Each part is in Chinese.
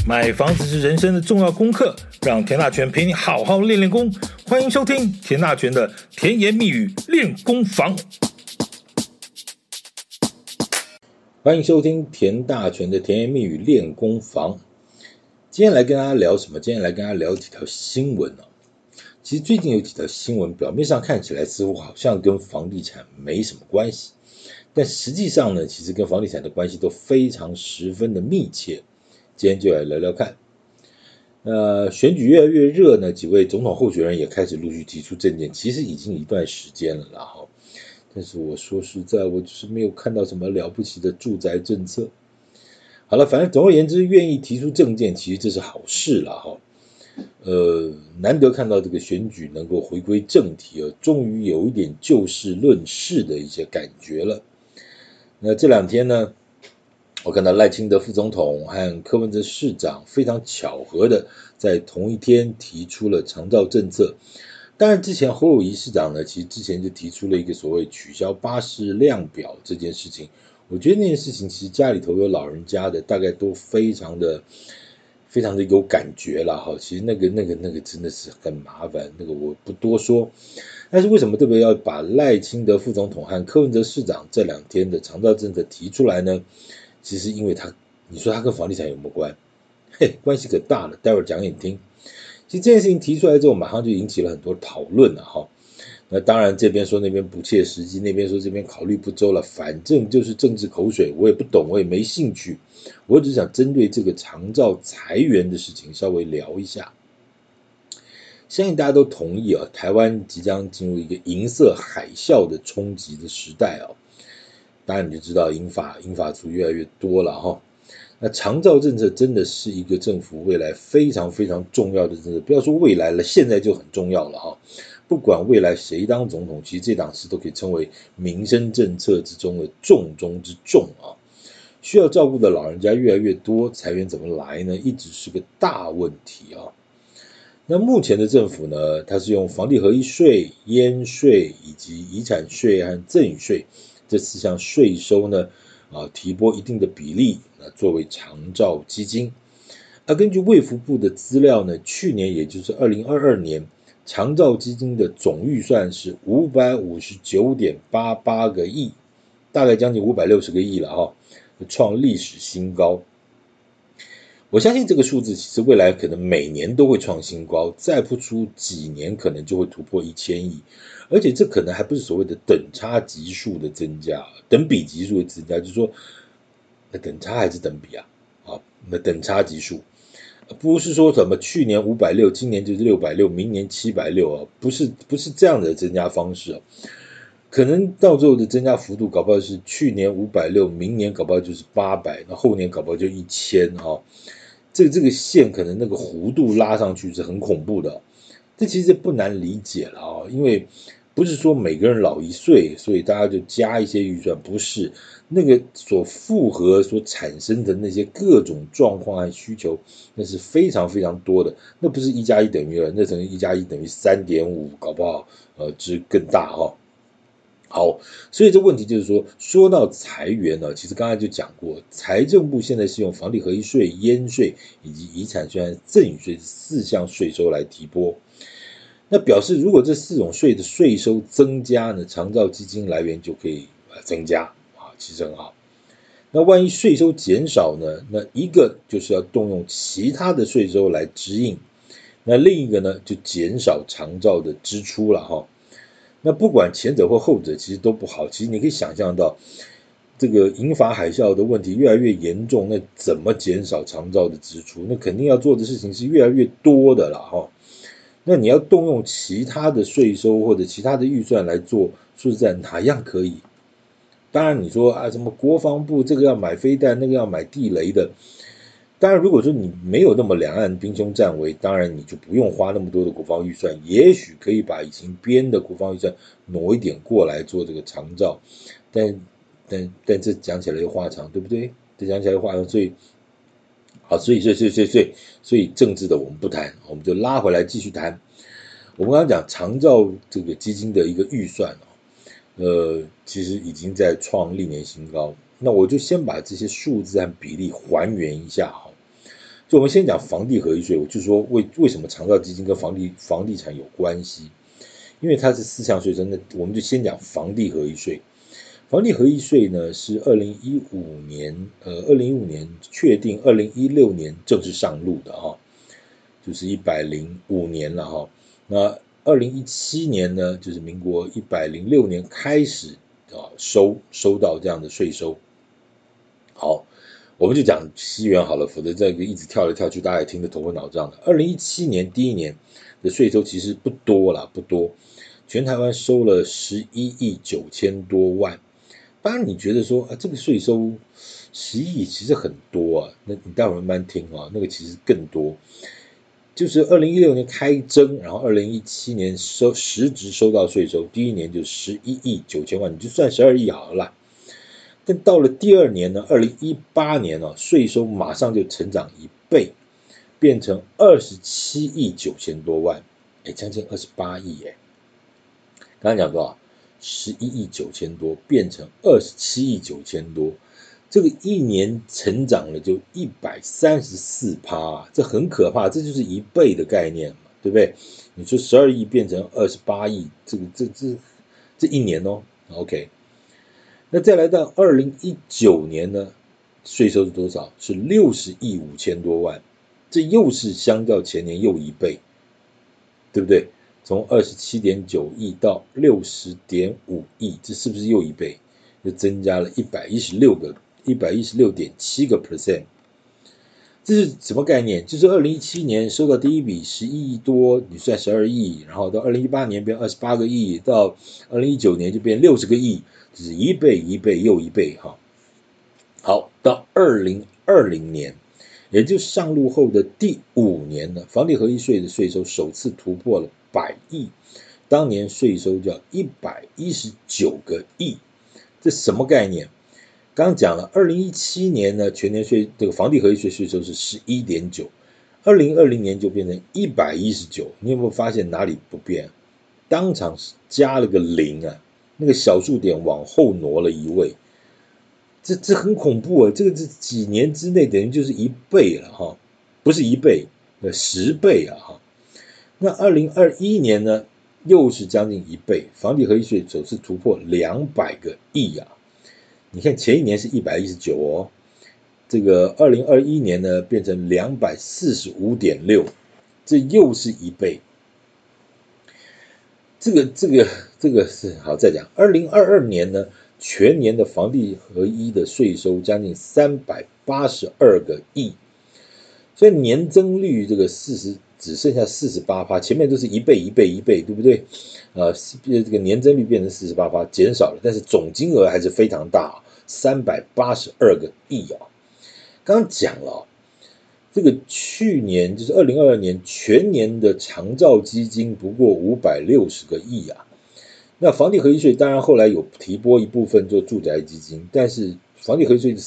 买房子是人生的重要功课，让田大权陪你好好练练功。欢迎收听田大权的甜言蜜语练功房。欢迎收听田大权的甜言蜜语练功房。今天来跟大家聊什么？今天来跟大家聊几条新闻哦。其实最近有几条新闻，表面上看起来似乎好像跟房地产没什么关系，但实际上呢，其实跟房地产的关系都非常十分的密切。今天就来聊聊看。选举越来越热呢，几位总统候选人也开始陆续提出政见，其实已经一段时间了啦哈。但是我说实在，我就是没有看到什么了不起的住宅政策。好了，反正总而言之，愿意提出政见，其实这是好事啦哈。难得看到这个选举能够回归正题啊，终于有一点就事论事的一些感觉了。那这两天呢，我看到赖清德副总统和柯文哲市长非常巧合的在同一天提出了长照政策。当然之前侯友宜市长呢，其实之前就提出了一个所谓取消巴士量表这件事情。我觉得那件事情其实家里头有老人家的大概都非常的有感觉啦哈。其实那个真的是很麻烦，那个我不多说。但是为什么特别要把赖清德副总统和柯文哲市长这两天的长照政策提出来呢？其实因为你说他跟房地产有没有关？嘿，关系可大了，待会儿讲给你听。其实这件事情提出来之后，马上就引起了很多讨论了哈。那当然这边说那边不切实际，那边说这边考虑不周了，反正就是政治口水，我也不懂，我也没兴趣。我只想针对这个长照裁员的事情稍微聊一下。相信大家都同意啊，台湾即将进入一个银色海啸的冲击的时代啊。当然你就知道银发族越来越多了哈。那长照政策真的是一个政府未来非常重要的政策，不要说未来了，现在就很重要了哈。不管未来谁当总统，其实这档事都可以称为民生政策之中的重中之重啊。需要照顾的老人家越来越多，裁员怎么来呢？一直是个大问题啊。那目前的政府呢，它是用房地合一税、烟税以及遗产税和赠与税这四项税收呢，提拨一定的比例，作为长照基金。根据卫福部的资料呢，去年也就是2022年，长照基金的总预算是559.88个亿，大概将近560个亿了哈，创历史新高。我相信这个数字其实未来可能每年都会创新高，再不出几年可能就会突破1000亿，而且这可能还不是所谓的等差级数的增加，等比级数的增加，就是说那等差还是等比啊？那等差级数，不是说什么去年560，今年就是660，明年760啊，不是这样的增加方式啊。可能到最后的增加幅度搞不好是去年560，明年搞不好就是800，那后年搞不好就1000哈。这个线可能那个弧度拉上去是很恐怖的，这其实不难理解了啊，因为不是说每个人老1岁，所以大家就加一些预算，不是那个所复合所产生的那些各种状况和需求，那是非常多的，那不是1+1等于2，那等于1+1等于3.5，搞不好值更大哈。好，所以这问题就是说到裁员呢，其实刚才就讲过，财政部现在是用房地合一税、烟税以及遗产税和赠与税4项税收来提拨。那表示如果这4种税的税收增加呢，长照基金来源就可以增加啊，其实很好。那万一税收减少呢，那一个就是要动用其他的税收来支应，那另一个呢就减少长照的支出了哈。那不管前者或后者其实都不好，其实你可以想象到这个银发海啸的问题越来越严重，那怎么减少长照的支出？那肯定要做的事情是越来越多的了哈。那你要动用其他的税收或者其他的预算来做，说实在哪样可以？当然你说什么国防部这个要买飞弹，那个要买地雷的，当然如果说你没有那么两岸兵凶战危，当然你就不用花那么多的国防预算，也许可以把以前编的国防预算挪一点过来做这个长照，但这讲起来又话长，对不对？这讲起来又话长，所以政治的我们不谈，我们就拉回来继续谈。我们刚刚讲长照这个基金的一个预算其实已经在创历年新高。那我就先把这些数字和比例还原一下哈。 就我们先讲房地合一税，我就说为什么长照基金跟房地产有关系，因为它是四项税收，那我们就先讲房地合一税。房地合一税呢是2015年确定，2016年正式上路的哈，就是105年了哈。那2017年呢，就是民国106年开始收到这样的税收。好，我们就讲西元好了，否则这个一直跳来跳去，大家也听得头昏脑胀的。2017年第一年的税收其实不多啦，不多，全台湾收了11亿9千多万。当然，你觉得说啊，这个税收11亿其实很多啊，那你待会儿慢慢听啊，那个其实更多。就是2016年开征，然后2017年实质收到税收，第一年就11亿9千万，你就算12亿好了啦。但到了第二年呢，2018年税收马上就成长1倍，变成27亿9千多万，将近28亿刚刚讲多少？11亿9千多变成27亿9千多，这个一年成长了就134%，这很可怕，这就是1倍的概念嘛，对不对？你说12亿变成28亿，这一年，OK。那再来到2019年呢，税收是多少？是60亿5千多万，这又是相较前年又1倍，对不对？从27.9亿到60.5亿，这是不是又1倍？就增加了116.7%。这是什么概念？就是2017年收到第一笔11亿多，你算12亿，然后到2018年变28个亿，到2019年就变60个亿，就是1倍1倍又1倍哈。好，到2020年，也就是上路后的第5年呢，房地合一税的税收首次突破了100亿，当年税收叫119个亿，这什么概念？刚讲了，2017年呢全年税这个房地合一税税收是11.9%，2020年就变成119，你有没有发现哪里不变？当场加了个0啊，那个小数点往后挪了1位，这很恐怖啊！这个是几年之内等于就是1倍了哈，不是1倍，10倍啊哈。那2021年呢，又是将近1倍，房地合一税首次突破200个亿啊！你看前一年是119这个2021年呢变成245.6，这又是1倍。这个是好，再讲2022年呢，全年的房地合一的税收将近382个亿，所以年增率这个只剩下48%，前面都是1倍1倍1倍，对不对？这个年增率变成48%，减少了，但是总金额还是非常大，382个亿啊！刚刚讲了，这个去年就是2022年全年的长照基金不过560个亿啊。那房地合一税当然后来有提拨一部分做住宅基金，但是房地合一税是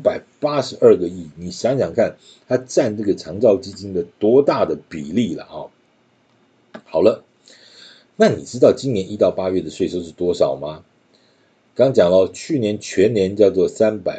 382个亿，你想想看，它占这个长照基金的多大的比例了啊？好了，那你知道今年1到8月的税收是多少吗？刚讲了，去年全年叫做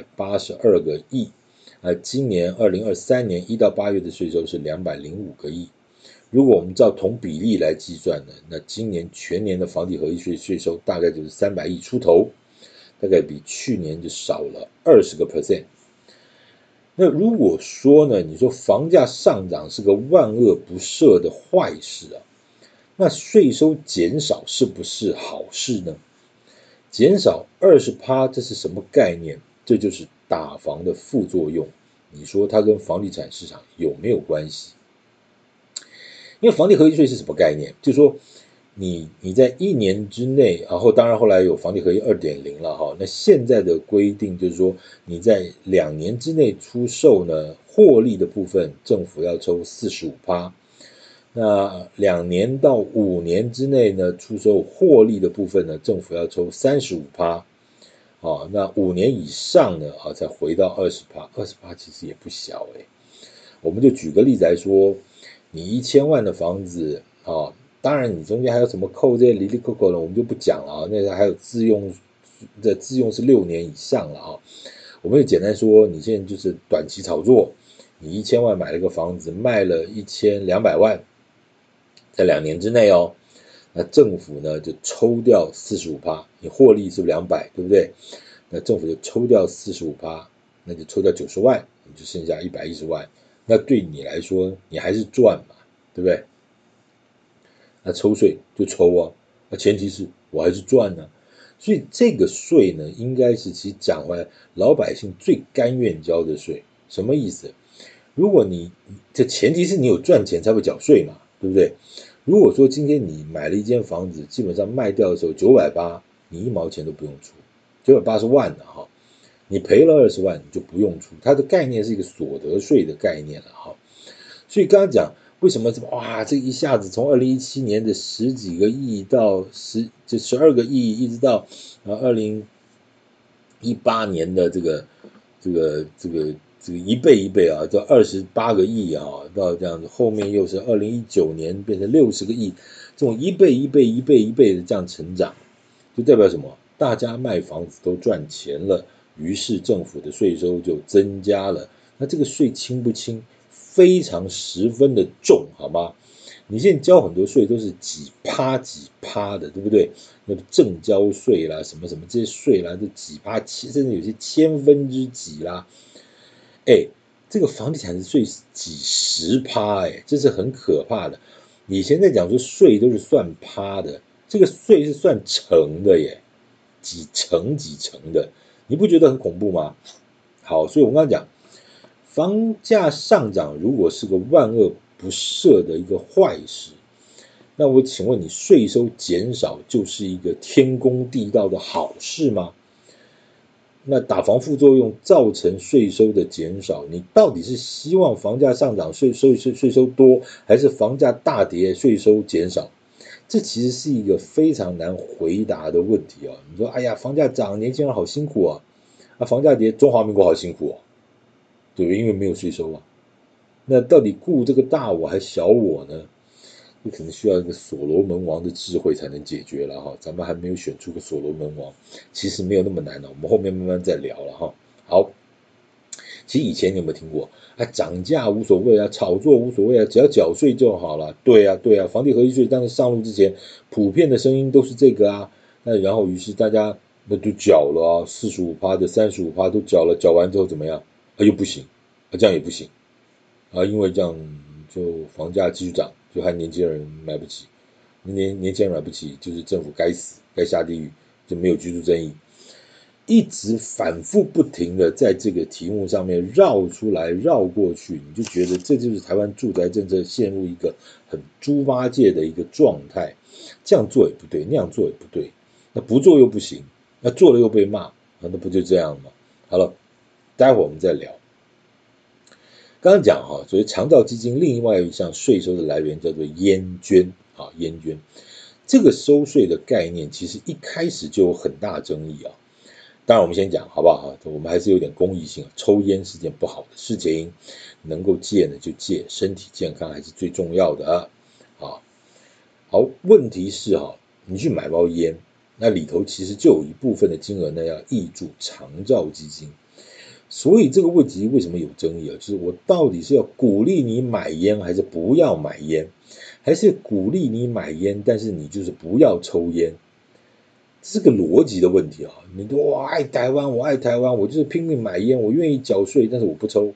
382个亿，今年2023年1到8月的税收是205个亿。如果我们照同比例来计算呢，那今年全年的房地合一税税收大概就是300亿出头，大概比去年就少了20%。那如果说呢，你说房价上涨是个万恶不赦的坏事啊，那税收减少是不是好事呢？减少20%，这是什么概念？这就是打房的副作用。你说它跟房地产市场有没有关系？因为房地合一税是什么概念？就是说你在1年之内，然后当然后来有房地合一2.0了哈。那现在的规定就是说，你在2年之内出售呢，获利的部分政府要抽45%。那2年到5年之内呢，出售获利的部分呢，政府要抽35%。那5年以上呢，才回到20%，20%其实也不小我们就举个例子来说，你1000万的房子当然你中间还有什么扣这些哩哩扣扣的，我们就不讲了那个还有自用是6年以上了我们就简单说，你现在就是短期炒作， 你1000万买了个房子，卖了1200万，在2年之内哦，那政府呢就抽掉45%，你获利是不是200，对不对？那政府就抽掉45%，那就抽掉90万，你就剩下110万。那对你来说，你还是赚嘛，对不对？那抽税就抽啊，那前提是我还是赚呢、所以这个税呢，应该是其实讲回来，老百姓最甘愿交的税。什么意思？如果你这前提是你有赚钱才会缴税嘛，对不对？如果说今天你买了一间房子，基本上卖掉的时候980，你1毛钱都不用出，980是万的哈，你赔了20万你就不用出，它的概念是一个所得税的概念了哈。所以刚刚讲为什么哇，这一下子从2017年的10几个亿到12个亿，一直到2018年的这个一倍一倍啊，到28个亿啊，到这样子，后面又是2019年变成60个亿，这种一倍一倍一倍一倍的这样成长，就代表什么？大家卖房子都赚钱了，于是政府的税收就增加了。那这个税轻不轻？非常十分的重，好吗？你现在交很多税都是几趴几趴的，对不对？那个正交税啦，什么什么这些税啦，都几趴，甚至有些千分之几啦。哎，这个房地产税是几十趴，哎，这是很可怕的。以前在讲说税都是算趴的，这个税是算成的耶，几成几成的，你不觉得很恐怖吗？好，所以我们刚刚讲，房价上涨如果是个万恶不赦的一个坏事，那我请问你，税收减少就是一个天公地道的好事吗？那打房副作用造成税收的减少，你到底是希望房价上涨税收多，还是房价大跌税收减少？这其实是一个非常难回答的问题啊！你说，哎呀，房价涨，年轻人好辛苦啊，房价跌，中华民国好辛苦啊，对不对？因为没有税收啊。那到底顾这个大我还小我呢？你可能需要一个所罗门王的智慧才能解决了哈，咱们还没有选出个所罗门王，其实没有那么难的，我们后面慢慢再聊了哈。好，其实以前你有没有听过啊？涨价无所谓啊，炒作无所谓啊，只要缴税就好了。对啊，对啊，房地合一税当时上路之前，普遍的声音都是这个啊。那然后于是大家那就缴了啊，45%的35%都缴了，缴完之后怎么样？啊又不行，啊这样也不行啊，因为这样就房价继续涨。就害年轻人买不起，年轻人买不起，就是政府该死，该下地狱，就没有居住正义，一直反复不停的在这个题目上面绕出来绕过去，你就觉得这就是台湾住宅政策陷入一个很猪八戒的一个状态，这样做也不对，那样做也不对，那不做又不行，那做了又被骂，那不就这样吗？好了，待会儿我们再聊。刚刚讲哈，所谓长照基金另外一项税收的来源叫做烟捐啊，烟捐这个收税的概念其实一开始就有很大争议啊。当然我们先讲好不好？我们还是有点公益性，抽烟是件不好的事情，能够戒呢就戒，身体健康还是最重要的啊。好，问题是哈，你去买包烟，那里头其实就有一部分的金额呢要挹注长照基金。所以这个问题为什么有争议啊？就是我到底是要鼓励你买烟，还是不要买烟？还是鼓励你买烟，但是你就是不要抽烟？这是个逻辑的问题啊！你说我爱台湾，我爱台湾，我就是拼命买烟，我愿意缴税，但是我不抽，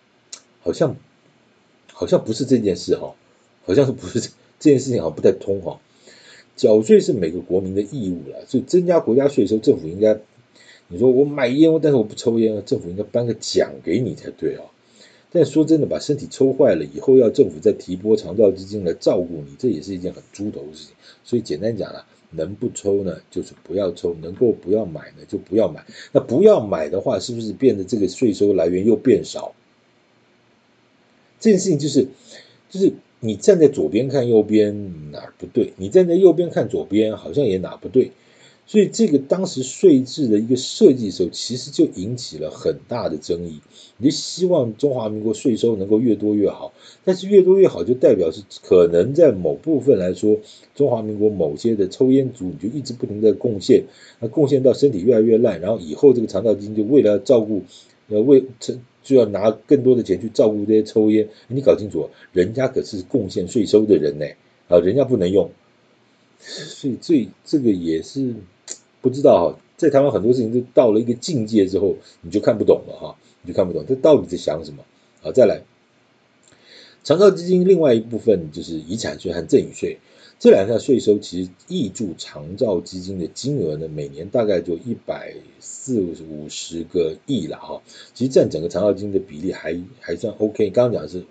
好像不是这件事哈，好像是不是这件事情好像不太通哈。缴税是每个国民的义务了，所以增加国家税收，政府应该，你说我买烟，但是我不抽烟，政府应该颁个奖给你才对啊。但说真的，把身体抽坏了以后，要政府再提拨长照基金来照顾你，这也是一件很猪头的事情。所以简单讲了，能不抽呢，就是不要抽；能够不要买呢，就不要买。那不要买的话，是不是变得这个税收来源又变少？这件事情就是你站在左边看右边哪儿不对，你站在右边看左边好像也哪不对。所以这个当时税制的一个设计的时候，其实就引起了很大的争议。你就希望中华民国税收能够越多越好，但是越多越好就代表是可能在某部分来说，中华民国某些的抽烟族，你就一直不停的贡献，那贡献到身体越来越烂，然后以后这个长照基金就为了照顾为就要拿更多的钱去照顾这些抽烟，你搞清楚，人家可是贡献税收的人呢，人家不能用，所以这个也是不知道哈，在台湾很多事情都到了一个境界之后，你就看不懂了哈，你就看不懂这到底在想什么。好，再来，长照基金另外一部分就是遗产税和赠与税，这两项税收其实挹注长照基金的金额呢，每年大概就140-150个亿了哈，其实占整个长照基金的比例还算 OK。刚刚讲的是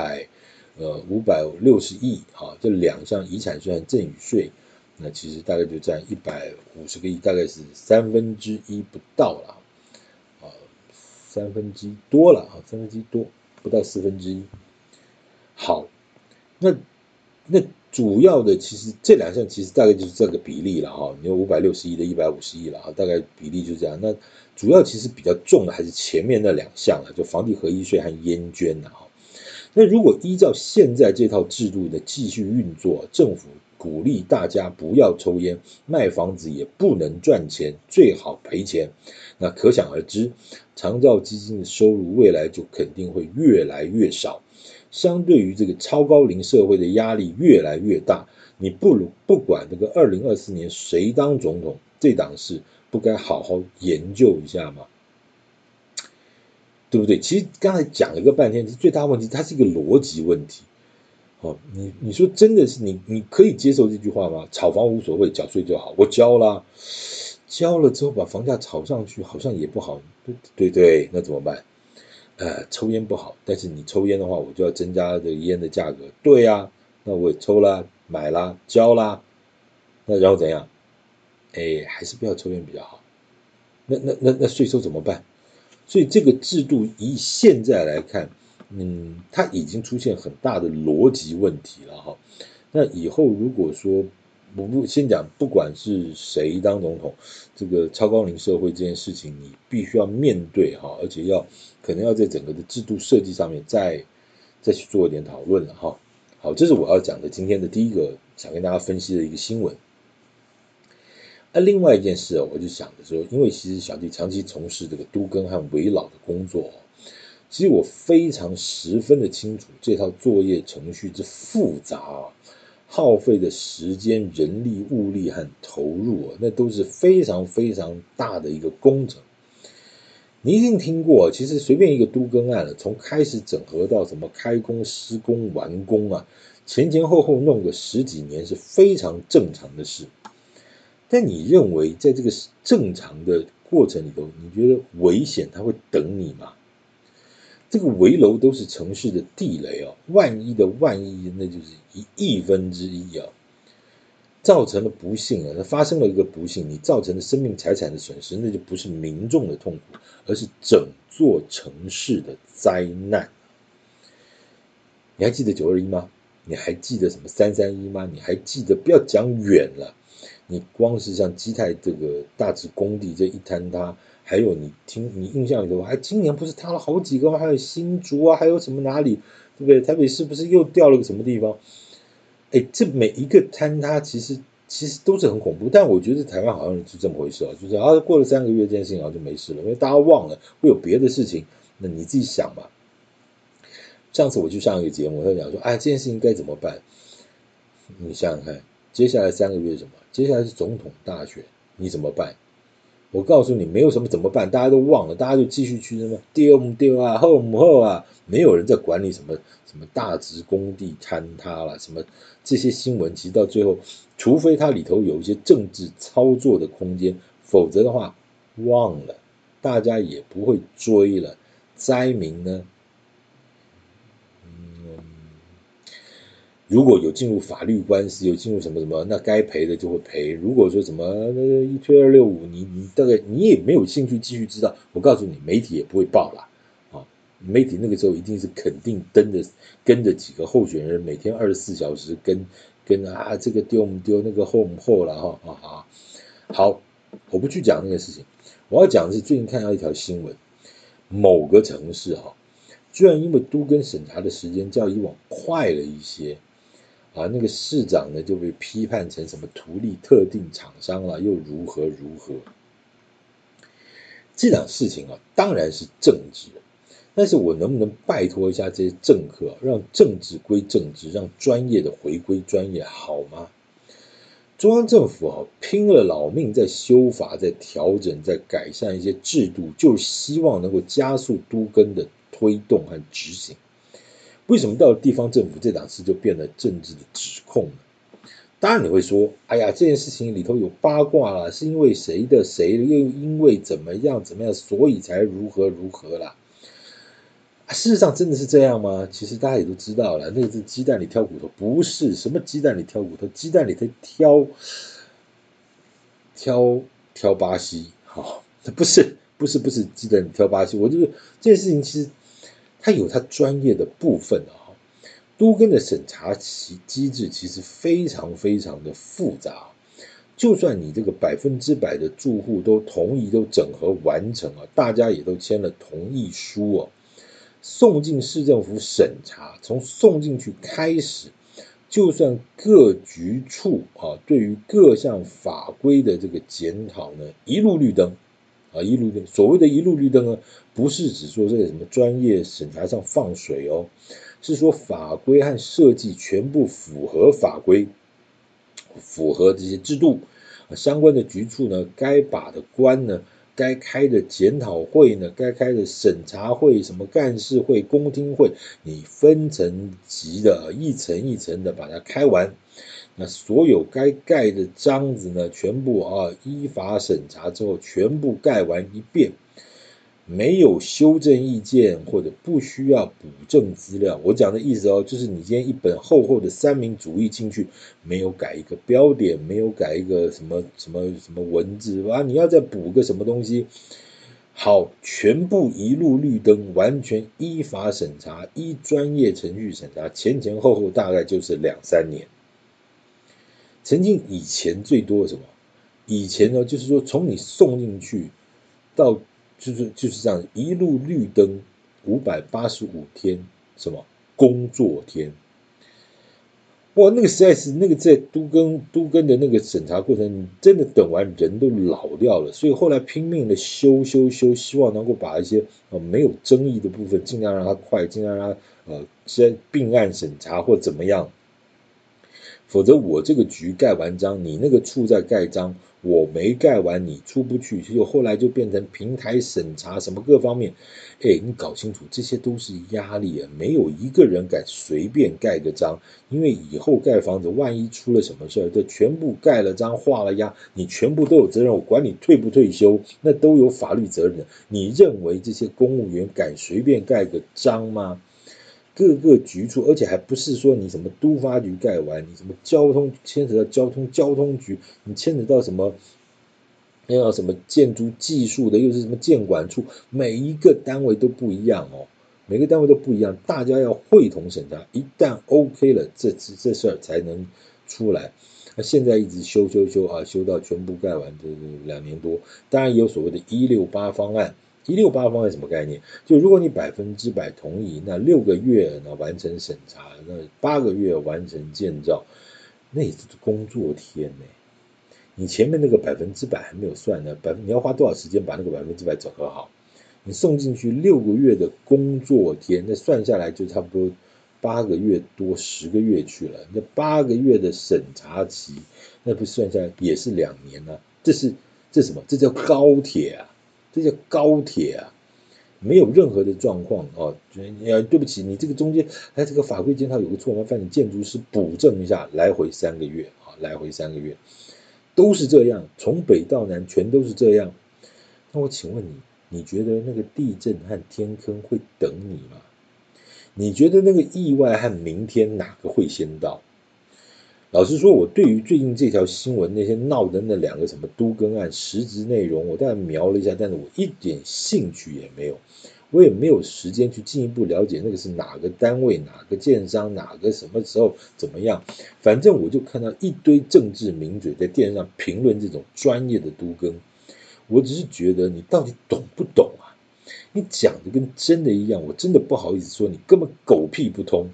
560亿哈，这两项遗产税和赠与税，那其实大概就占150个亿，大概是1/3不到了1/3多了1/3多，不到1/4。好，那主要的其实这两项其实大概就是这个比例了哈，你有560亿的150亿了哈，大概比例就这样。那主要其实比较重的还是前面那两项了，就房地合一税和烟捐了哈。那如果依照现在这套制度的继续运作，政府鼓励大家不要抽烟，卖房子也不能赚钱，最好赔钱，那可想而知，长照基金的收入未来就肯定会越来越少。相对于这个超高龄社会的压力越来越大，你不管这个2024年谁当总统，这档事不该好好研究一下吗？对不对？其实刚才讲了个半天，最大问题它是一个逻辑问题。你说真的是你可以接受这句话吗？炒房无所谓，缴税就好，我交啦，交了之后把房价炒上去，好像也不好，对，那怎么办？抽烟不好，但是你抽烟的话，我就要增加这个烟的价格。对啊，那我也抽啦，买啦，交啦，那然后怎样？还是不要抽烟比较好。那税收怎么办？所以这个制度以现在来看，它已经出现很大的逻辑问题了哈。那以后如果说不先讲，不管是谁当总统，这个超高龄社会这件事情，你必须要面对哈，而且可能要在整个的制度设计上面再去做一点讨论了哈。好，这是我要讲的今天的第一个想跟大家分析的一个新闻。另外一件事我就想着说，因为其实小弟长期从事这个都更和围老的工作其实我非常十分的清楚这套作业程序之复杂耗费的时间、人力、物力和投入那都是非常非常大的一个工程。你一定听过，其实随便一个都更案从开始整合到什么开工、施工、完工前前后后弄个10几年是非常正常的事。但你认为在这个正常的过程里头，你觉得危险它会等你吗？这个危楼都是城市的地雷万一的万一，那就是1/1000造成了不幸它发生了一个不幸，你造成的生命财产的损失，那就不是民众的痛苦，而是整座城市的灾难。你还记得921吗？你还记得什么331吗？你还记得，不要讲远了，你光是像基泰这个大直工地这一坍塌，还有你印象里头，今年不是塌了好几个吗？还有新竹还有什么哪里，对不对？台北市不是又掉了个什么地方？这每一个坍塌其实都是很恐怖，但我觉得台湾好像是这么回事就是过了3个月这件事情好像就没事了，因为大家忘了会有别的事情，那你自己想吧。上次我去上一个节目，他讲说，这件事情该怎么办？你想想看，接下来3个月是什么？接下来是总统大选，你怎么办？我告诉你，没有什么怎么办，大家都忘了，大家就继续去什么丢不丢后不后没有人在管理什么大直工地坍塌了，什么这些新闻，其实到最后，除非它里头有一些政治操作的空间，否则的话，忘了，大家也不会追了。灾民呢？如果有进入法律官司，有进入什么，那该赔的就会赔。如果说什么一推265，你大概你也没有兴趣继续知道，我告诉你，媒体也不会报啦。媒体那个时候一定是肯定跟着几个候选人，每天24小时跟这个丢不丢，那个后不后了好，我不去讲那个事情，我要讲的是最近看到一条新闻，某个城市居然因为都更审查的时间较以往快了一些。那个市长呢就被批判成什么图利特定厂商了，又如何。这档事情当然是政治， 但是我能不能拜托一下这些政客，让政治归政治，让专业的回归专业，好吗？中央政府拼了老命在修法、在调整、在改善一些制度，就是希望能够加速都更的推动和执行。为什么到了地方政府这档事就变得政治的指控呢？当然你会说，哎呀，这件事情里头有八卦啦，是因为谁的谁，又因为怎么样怎么样，所以才如何如何啦。事实上真的是这样吗？其实大家也都知道了，那个是鸡蛋里挑骨头，不是什么鸡蛋里挑骨头，鸡蛋里头挑巴西，好，不是鸡蛋里挑巴西，我就是这件事情其实它有它专业的部分啊。都更的审查机制其实非常非常的复杂，就算你这个100%的住户都同意都整合完成啊，大家也都签了同意书哦，送进市政府审查，从送进去开始，就算各局处啊对于各项法规的这个检讨呢，一路绿灯啊，一路绿。所谓的一路绿灯呢，不是指说这个什么专业审查上放水哦，是说法规和设计全部符合法规，符合这些制度，相关的局处呢，该把的关呢，该开的检讨会呢，该开的审查会，什么干事会、公听会，你分层级的，一层一层的把它开完。那所有该盖的章子呢，全部依法审查之后，全部盖完一遍。没有修正意见或者不需要补正资料，我讲的意思就是你今天一本厚厚的三民主义进去，没有改一个标点，没有改一个什么什么什么文字啊，你要再补个什么东西，好，全部一路绿灯，完全依法审查，依专业程序审查，前前后后大概就是2-3年。曾经以前最多什么？以前呢，就是说从你送进去到就是这样一路绿灯585天，什么工作天？哇，那个实在是那个在都更的那个审查过程，真的等完人都老掉了，所以后来拼命的修，希望能够把一些没有争议的部分尽量让它快，尽量让它先并案审查或怎么样。否则我这个局盖完章，你那个处在盖章，我没盖完，你出不去，就后来就变成平台审查什么各方面，你搞清楚，这些都是压力啊，没有一个人敢随便盖个章，因为以后盖房子，万一出了什么事儿，这全部盖了章画了押，你全部都有责任，我管你退不退休，那都有法律责任。你认为这些公务员敢随便盖个章吗？各个局处，而且还不是说你什么都发局盖完，你什么交通牵扯到交通局，你牵扯到什么要什么建筑技术的，又是什么建管处，每一个单位都不一样哦，每个单位都不一样，大家要会同审查，一旦 OK 了，这事儿才能出来。那现在一直修修到全部盖完，这2年多，当然也有所谓的168方案。168方案什么概念？就如果你100%同意，那6个月呢完成审查，那8个月完成建造，那也是工作天呢。你前面那个100%还没有算呢，你要花多少时间把那个100%整合好？你送进去6个月的工作天，那算下来就差不多8个月多10个月去了。那8个月的审查期，那不算下来也是2年啊。这什么？这叫高铁啊！这叫高铁啊！没有任何的状况哦，对不起，你这个中间这个法规检讨有个错，麻烦你建筑师补正一下，来回3个月啊，来回3个月，都是这样，从北到南全都是这样。那我请问你，你觉得那个地震和天坑会等你吗？你觉得那个意外和明天哪个会先到？老实说，我对于最近这条新闻那些闹的那2个什么都更案实质内容，我大概瞄了一下，但是我一点兴趣也没有，我也没有时间去进一步了解那个是哪个单位、哪个建商、哪个什么时候怎么样。反正我就看到一堆政治名嘴在电视上评论这种专业的都更，我只是觉得你到底懂不懂啊？你讲的跟真的一样，我真的不好意思说你根本狗屁不通。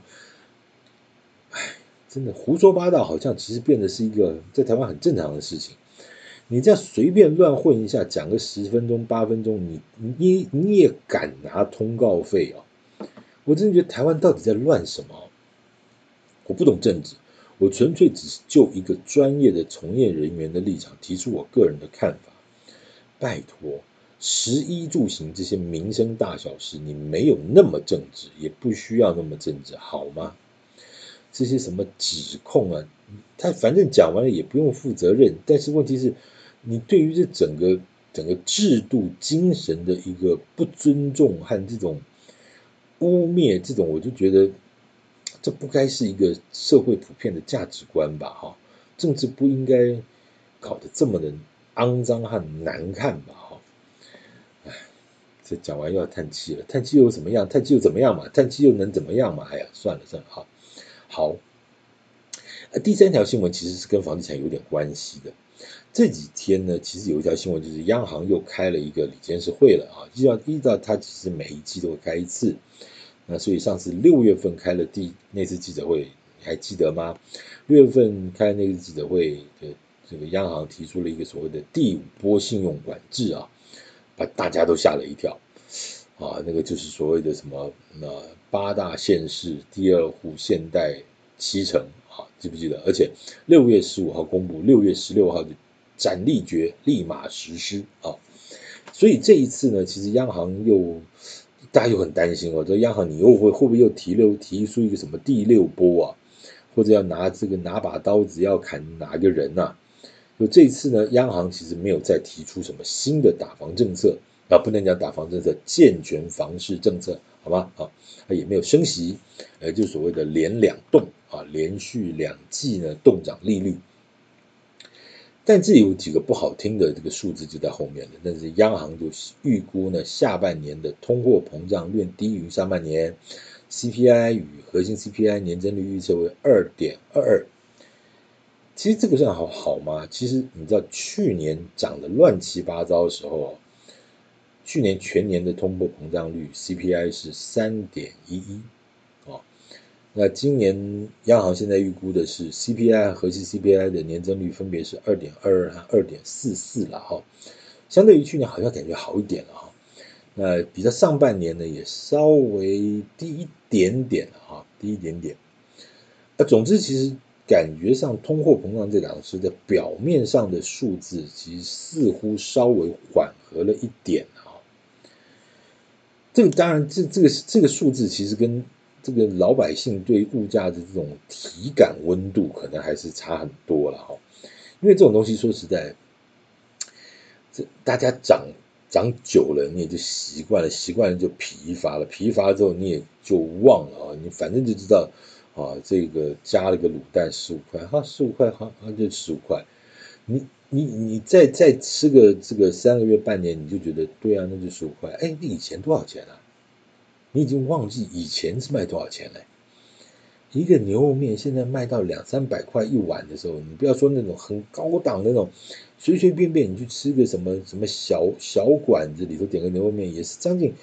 真的胡说八道，好像其实变得是一个在台湾很正常的事情。 你这样随便乱混一下，讲个10分钟8分钟，你也敢拿通告费啊？我真的觉得台湾到底在乱什么？我不懂政治，我纯粹只是就一个专业的从业人员的立场提出我个人的看法。拜托，食衣住行这些民生大小事，你没有那么政治，也不需要那么政治，好吗？这些什么指控啊，他反正讲完了也不用负责任。但是问题是，你对于这整个制度精神的一个不尊重和这种污蔑，这种我就觉得这不该是一个社会普遍的价值观吧？哈，政治不应该搞得这么的肮脏和难看吧？哈，哎，这讲完又要叹气了，叹气又怎么样？叹气又怎么样嘛？叹气又能怎么样嘛？哎呀，算了算了，哈，好。第三条新闻其实是跟房地产有点关系的。这几天呢，其实有一条新闻就是央行又开了一个理监事会了啊，依照它其实每一季都会开一次。那所以上次6月份开了那次记者会，你还记得吗？6月份开那次记者会，这个央行提出了一个所谓的第5波信用管制啊，把大家都吓了一跳啊，那个就是所谓的什么8大县市第2户限贷70%啊，记不记得？而且6月15号公布，6月16号就斩立决，立马实施啊。所以这一次呢，其实央行大家又很担心哦，这央行你会不会又提出一个什么第6波啊，或者要拿把刀子要砍哪个人呐？就这次呢，央行其实没有再提出什么新的打房政策啊，不能讲打房政策，健全房市政策，好吗？啊，也没有升息，就所谓的连2动啊，连续2季呢动涨利率。但这有几个不好听的这个数字就在后面了，但是央行就预估呢，下半年的通货膨胀略低于上半年 ，CPI 与核心 CPI 年增率预测为2.22。其实这个算好吗？其实你知道去年涨得乱七八糟的时候，去年全年的通货膨胀率 CPI 是3.11啊，那今年央行现在预估的是 CPI 和核心 CPI 的年增率分别是2.22和2.44了哈，相对于去年好像感觉好一点了哈。那比较上半年呢也稍微低一点点了哈，低一点点。总之其实感觉上通货膨胀这两个字的表面上的数字，其实似乎稍微缓和了一点啊。这个当然这个数字其实跟这个老百姓对物价的这种体感温度可能还是差很多了哈，因为这种东西说实在，这大家长久了你也就习惯了，习惯了就疲乏了，疲乏之后你也就忘了啊，你反正就知道啊，这个加了个卤蛋15块，哈15块哈就15块，你再吃个这个3个月半年，你就觉得对啊，那就15块，哎，以前多少钱啊？你已经忘记以前是卖多少钱了。一个牛肉面现在卖到200-300块一碗的时候，你不要说那种很高档的那种，随随便便你去吃个什么小馆子里头点个牛肉面，也是将近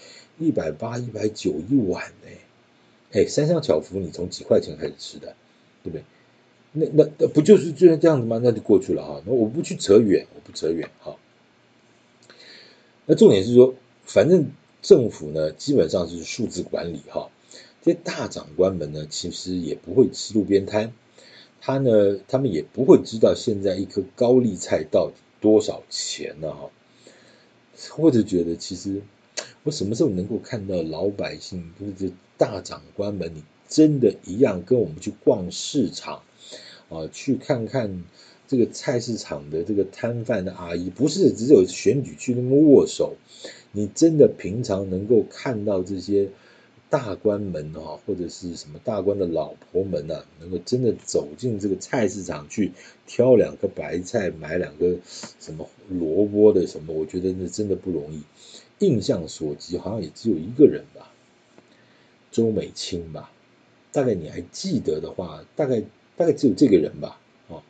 180-190一碗哎。哎，三商巧福你从几块钱开始吃的，对不对？那不就是这样子吗？那就过去了哈。那我不扯远哈。那重点是说，反正政府呢基本上是数字管理哈，这些大长官们呢其实也不会吃路边摊，他们也不会知道现在一颗高丽菜到底多少钱呢哈，或者觉得其实我什么时候能够看到老百姓就是大长官们，你真的一样跟我们去逛市场啊，去看看这个菜市场的这个摊贩的阿姨，不是只有选举去那么握手，你真的平常能够看到这些大官们啊，或者是什么大官的老婆们啊，能够真的走进这个菜市场去挑2个白菜，买2个什么萝卜的什么，我觉得那真的不容易。印象所及，好像也只有一个人吧，周美青吧，大概你还记得的话，大概只有这个人吧，哦，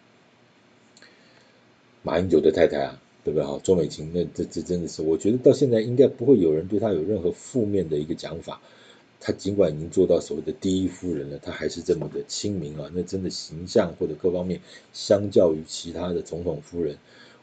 马英九的太太啊，对不对？哈，周美青，那这真的是，我觉得到现在应该不会有人对她有任何负面的一个讲法。她尽管已经做到所谓的第一夫人了，她还是这么的亲民啊，那真的形象或者各方面，相较于其他的总统夫人，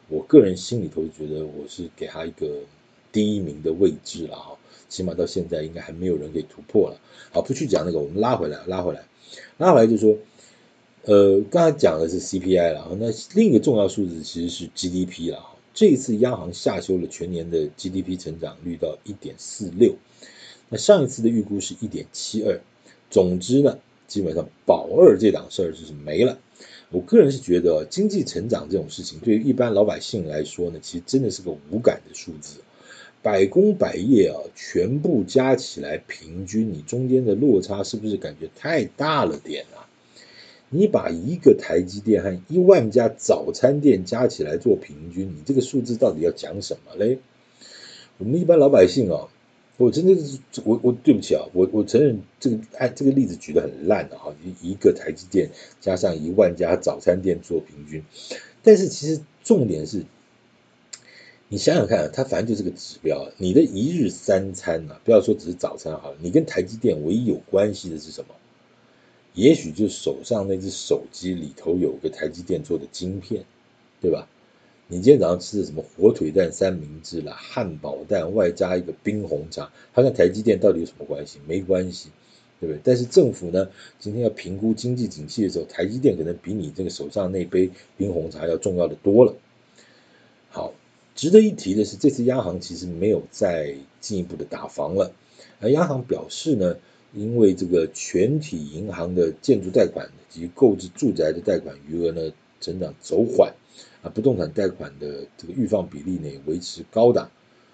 我个人心里头觉得我是给他一个第一名的位置了哈，起码到现在应该还没有人可以突破了。好，不去讲那个，我们拉回来就是说，刚才讲的是 CPI 了，那另一个重要数字其实是 GDP 了。这一次央行下修了全年的 GDP 成长率到 1.46，那上一次的预估是 1.72，总之呢，基本上保二这档事儿就是没了。我个人是觉得经济成长这种事情，对于一般老百姓来说呢，其实真的是个无感的数字。百工百业啊，全部加起来平均，你中间的落差是不是感觉太大了点啊？你把一个台积电和1万家早餐店加起来做平均，你这个数字到底要讲什么嘞？我们一般老百姓啊，我真的是我对不起啊，我承认这个例子举得很烂的哈，一个台积电加上1万家早餐店做平均，但是其实重点是，你想想看，它反正就是个指标，你的一日三餐啊，不要说只是早餐好了，你跟台积电唯一有关系的是什么？也许就手上那只手机里头有个台积电做的晶片，对吧？你今天早上吃的什么火腿蛋三明治啦、汉堡蛋，外加一个冰红茶，它跟台积电到底有什么关系？没关系，对不对？但是政府呢，今天要评估经济景气的时候，台积电可能比你这个手上那杯冰红茶要重要的多了。好，值得一提的是，这次央行其实没有再进一步的打房了，而央行表示呢，因为这个全体银行的建筑贷款及购置住宅的贷款余额呢成长走缓，不动产贷款的这个预放比例呢也维持高档，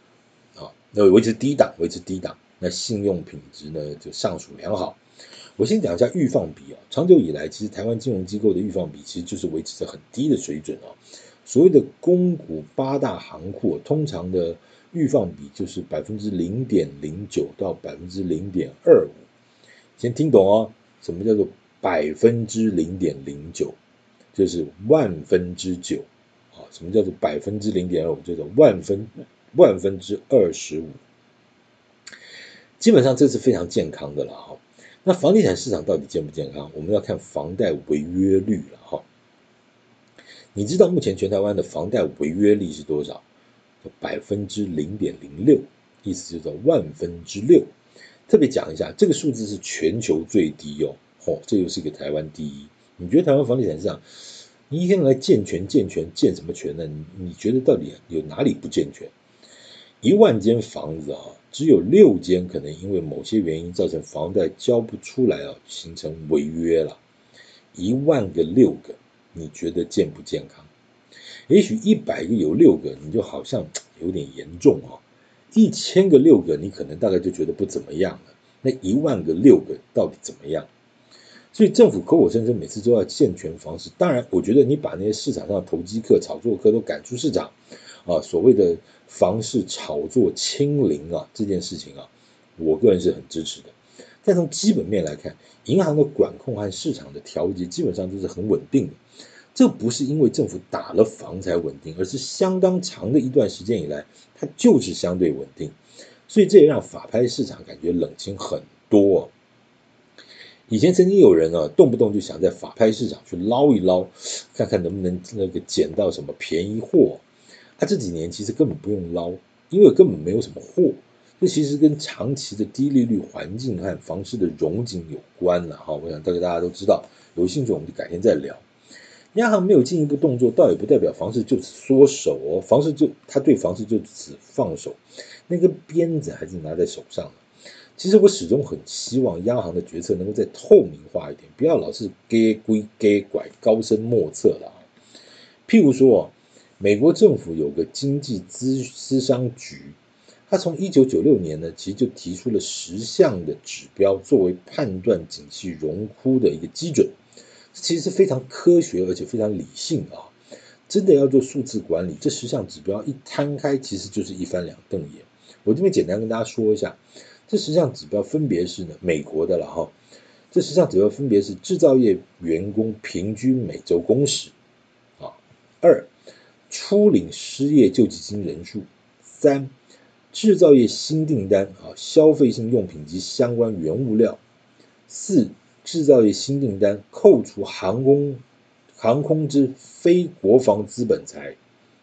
维持低档，那信用品质呢就尚属良好。我先讲一下预放比啊，长久以来，其实台湾金融机构的预放比其实就是维持着很低的水准啊。所谓的公股八大行库，通常的预放比就是0.09%到0.25%。先听懂哦，什么叫做0.09%？就是9%啊。什么叫做0.25%？叫做25%。基本上这是非常健康的了哈。那房地产市场到底健不健康？我们要看房贷违约率了哈。你知道目前全台湾的房贷违约率是多少？0.06%，意思就叫6%。特别讲一下，这个数字是全球最低哦。这又是一个台湾第一。你觉得台湾房地产市场，你一天来健全健什么全呢？你觉得到底有哪里不健全？1万间房子啊，只有6间可能因为某些原因造成房贷交不出来啊，形成违约了。1万个6个，你觉得健不健康？也许100个有6个，你就好像有点严重啊。1000个6个，你可能大概就觉得不怎么样了。那1万个6个到底怎么样？所以政府口口声声每次都要健全房市，当然，我觉得你把那些市场上的投机客、炒作客都赶出市场啊，所谓的房市炒作清零啊，这件事情啊，我个人是很支持的。但从基本面来看，银行的管控和市场的调节基本上都是很稳定的。这不是因为政府打了房才稳定，而是相当长的一段时间以来，它就是相对稳定。所以这也让法拍市场感觉冷清很多。以前曾经有人啊，动不动就想在法拍市场去捞一捞，看看能不能那个捡到什么便宜货。这几年其实根本不用捞，因为根本没有什么货。这其实跟长期的低利率环境和房市的荣景有关了哈。我想大家都知道，有兴趣我们就改天再聊。央行没有进一步动作，倒也不代表房市就此缩手哦，他对房市就此放手，那根鞭子还是拿在手上的。其实我始终很希望央行的决策能够再透明化一点，不要老是给规给拐、高深莫测了。譬如说，美国政府有个经济咨商局，他从1996年呢，其实就提出了10项的指标作为判断景气荣枯的一个基准，其实是非常科学而且非常理性啊。真的要做数字管理，这10项指标一摊开，其实就是一翻两瞪眼。我这边简单跟大家说一下，这10项指标分别是呢，美国的了哈。这10项指标分别是制造业员工平均每周工时，2初领失业救济金人数，3制造业新订单消费性用品及相关原物料，4制造业新订单扣除航空之非国防资本财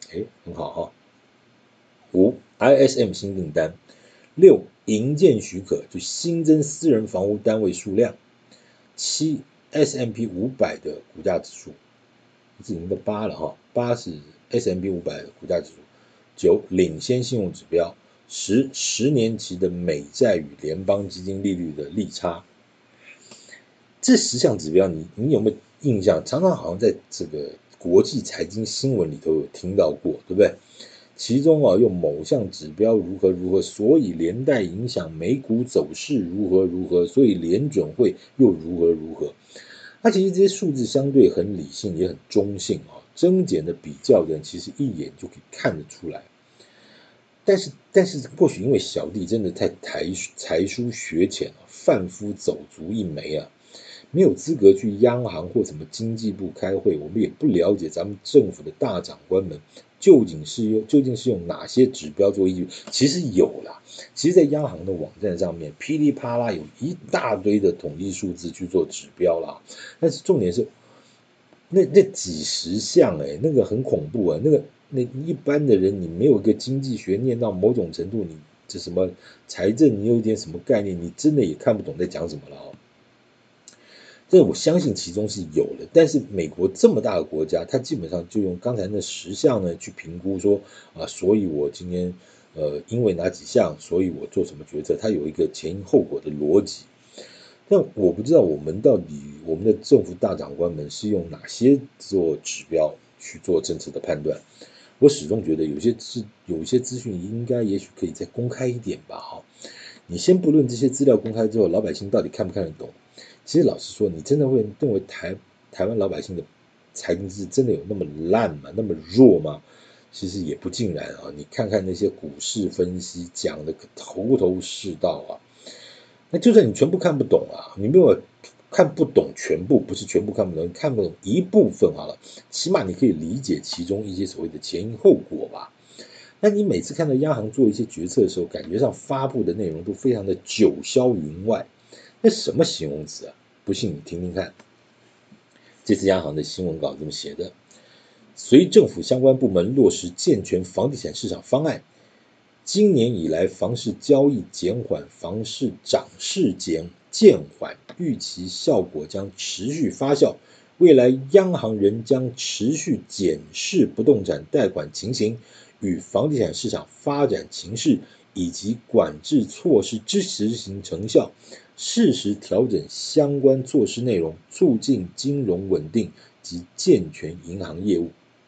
很好哈。5. ISM 新订单。6. 营建许可，就新增私人房屋单位数量。7. S&P 500的股价指数，这已经到8了哈，8是 S&P 500的股价指数。9. 领先信用指标。10. 10年期的美债与联邦基金利率的利差。这10项指标你有没有印象？常常好像在这个国际财经新闻里头有听到过，对不对？其中用某项指标如何如何，所以连带影响美股走势如何如何，所以联准会又如何如何。它其实这些数字相对很理性，也很中性增减的比较的人其实一眼就可以看得出来。但是或许因为小弟真的太才疏学浅，贩夫走卒一枚啊，没有资格去央行或什么经济部开会，我们也不了解咱们政府的大长官们究竟是用哪些指标做依据。其实有啦，其实在央行的网站上面噼里啪啦有一大堆的统计数字去做指标啦，但是重点是那几十项那个很恐怖啊，那一般的人你没有一个经济学念到某种程度，你这什么财政你有一点什么概念，你真的也看不懂在讲什么了这我相信其中是有的，但是美国这么大的国家，它基本上就用刚才那10项呢去评估说所以我今天因为哪几项，所以我做什么决策，它有一个前因后果的逻辑。但我不知道我们的政府大长官们是用哪些做指标去做政策的判断。我始终觉得有一些资讯也许可以再公开一点吧你先不论这些资料公开之后，老百姓到底看不看得懂？其实老实说，你真的会认为台湾老百姓的财经知识真的有那么烂吗？那么弱吗？其实也不尽然你看看那些股市分析讲的头头是道那就算你全部看不懂你没有看不懂全部，不是全部看不懂，你看不懂一部分好了，起码你可以理解其中一些所谓的前因后果吧。那你每次看到央行做一些决策的时候，感觉上发布的内容都非常的九霄云外，那什么形容词不信你听听看。这次央行的新闻稿这么写的：随政府相关部门落实健全房地产市场方案，今年以来房市交易减缓，房市涨势渐缓，预期效果将持续发酵。未来央行仍将持续检视不动产贷款情形与房地产市场发展情势以及管制措施之执行成效，适时调整相关措施内容，促进金融稳定及健全银行业务。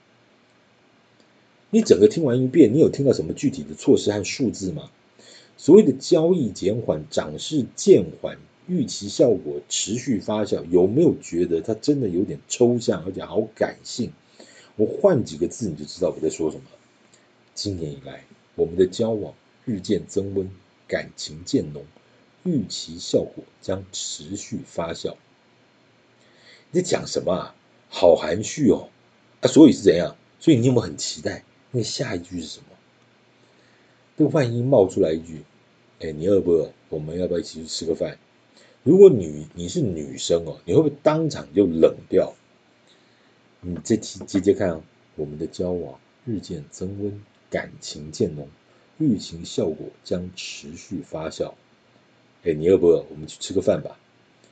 你整个听完一遍，你有听到什么具体的措施和数字吗？所谓的交易减缓、涨势渐缓、预期效果持续发酵，有没有觉得它真的有点抽象，而且好感性？我换几个字你就知道我在说什么了。今年以来，我们的交往日渐增温，感情渐浓，预期效果将持续发酵。你在讲什么好含蓄所以是怎样？所以你有没有很期待那下一句是什么？这万一冒出来一句，你饿不饿？我们要不要一起去吃个饭？如果你是女生你会不会当场就冷掉？你再接接看我们的交往日渐增温，感情渐浓，预期效果将持续发酵。你饿不饿？我们去吃个饭吧。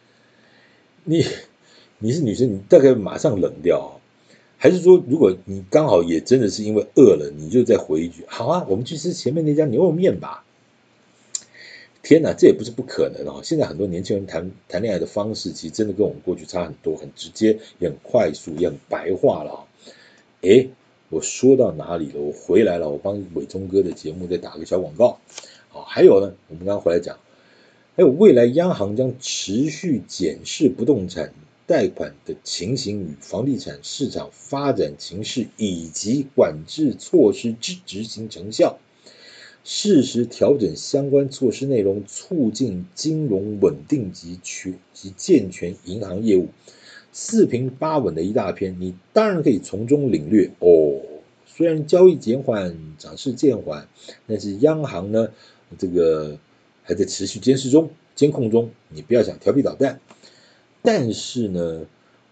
你是女生，你大概马上冷掉还是说，如果你刚好也真的是因为饿了，你就再回一句好啊，我们去吃前面那家牛肉面吧。天哪，这也不是不可能现在很多年轻人谈恋爱的方式，其实真的跟我们过去差很多，很直接，也很快速，也很白话了我说到哪里了？我回来了，我帮伟忠哥的节目再打个小广告。还有呢，我们刚刚回来讲，还有未来央行将持续检视不动产贷款的情形与房地产市场发展情势以及管制措施之执行成效，适时调整相关措施内容，促进金融稳定及健全银行业务。4平8稳的一大篇，你当然可以从中领略虽然交易减缓，涨势渐缓，但是央行呢，这个还在持续监控中，你不要想调皮捣蛋。但是呢，我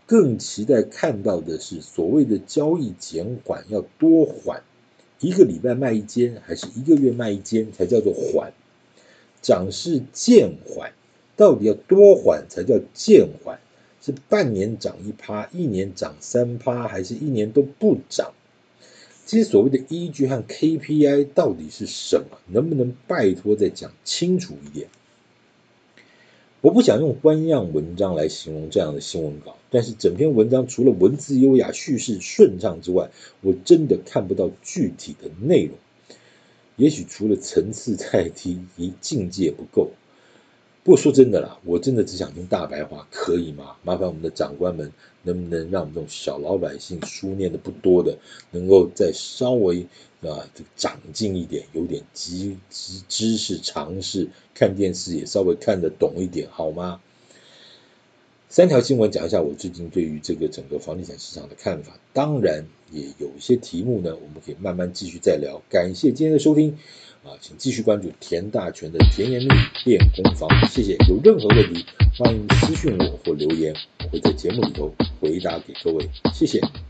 更期待看到的是所谓的交易减缓要多缓，1个礼拜卖一间还是1个月卖一间才叫做缓？涨势渐缓，到底要多缓才叫渐缓？是半年涨1%，1年涨3%，还是1年都不涨？这些所谓的依据和 KPI 到底是什么？能不能拜托再讲清楚一点？我不想用官样文章来形容这样的新闻稿，但是整篇文章除了文字优雅、叙事顺畅之外，我真的看不到具体的内容。也许除了层次太低，境界不够。不过说真的啦，我真的只想听大白话，可以吗？麻烦我们的长官们，能不能让我们这种小老百姓，书念的不多的，能够再稍微长进一点，有点知识常识，看电视也稍微看得懂一点，好吗？3条新闻讲一下我最近对于这个整个房地产市场的看法，当然也有一些题目呢，我们可以慢慢继续再聊。感谢今天的收听。请继续关注田大全的甜言蜜语练功房，谢谢。有任何问题，欢迎私讯我或留言，我会在节目里头回答给各位，谢谢。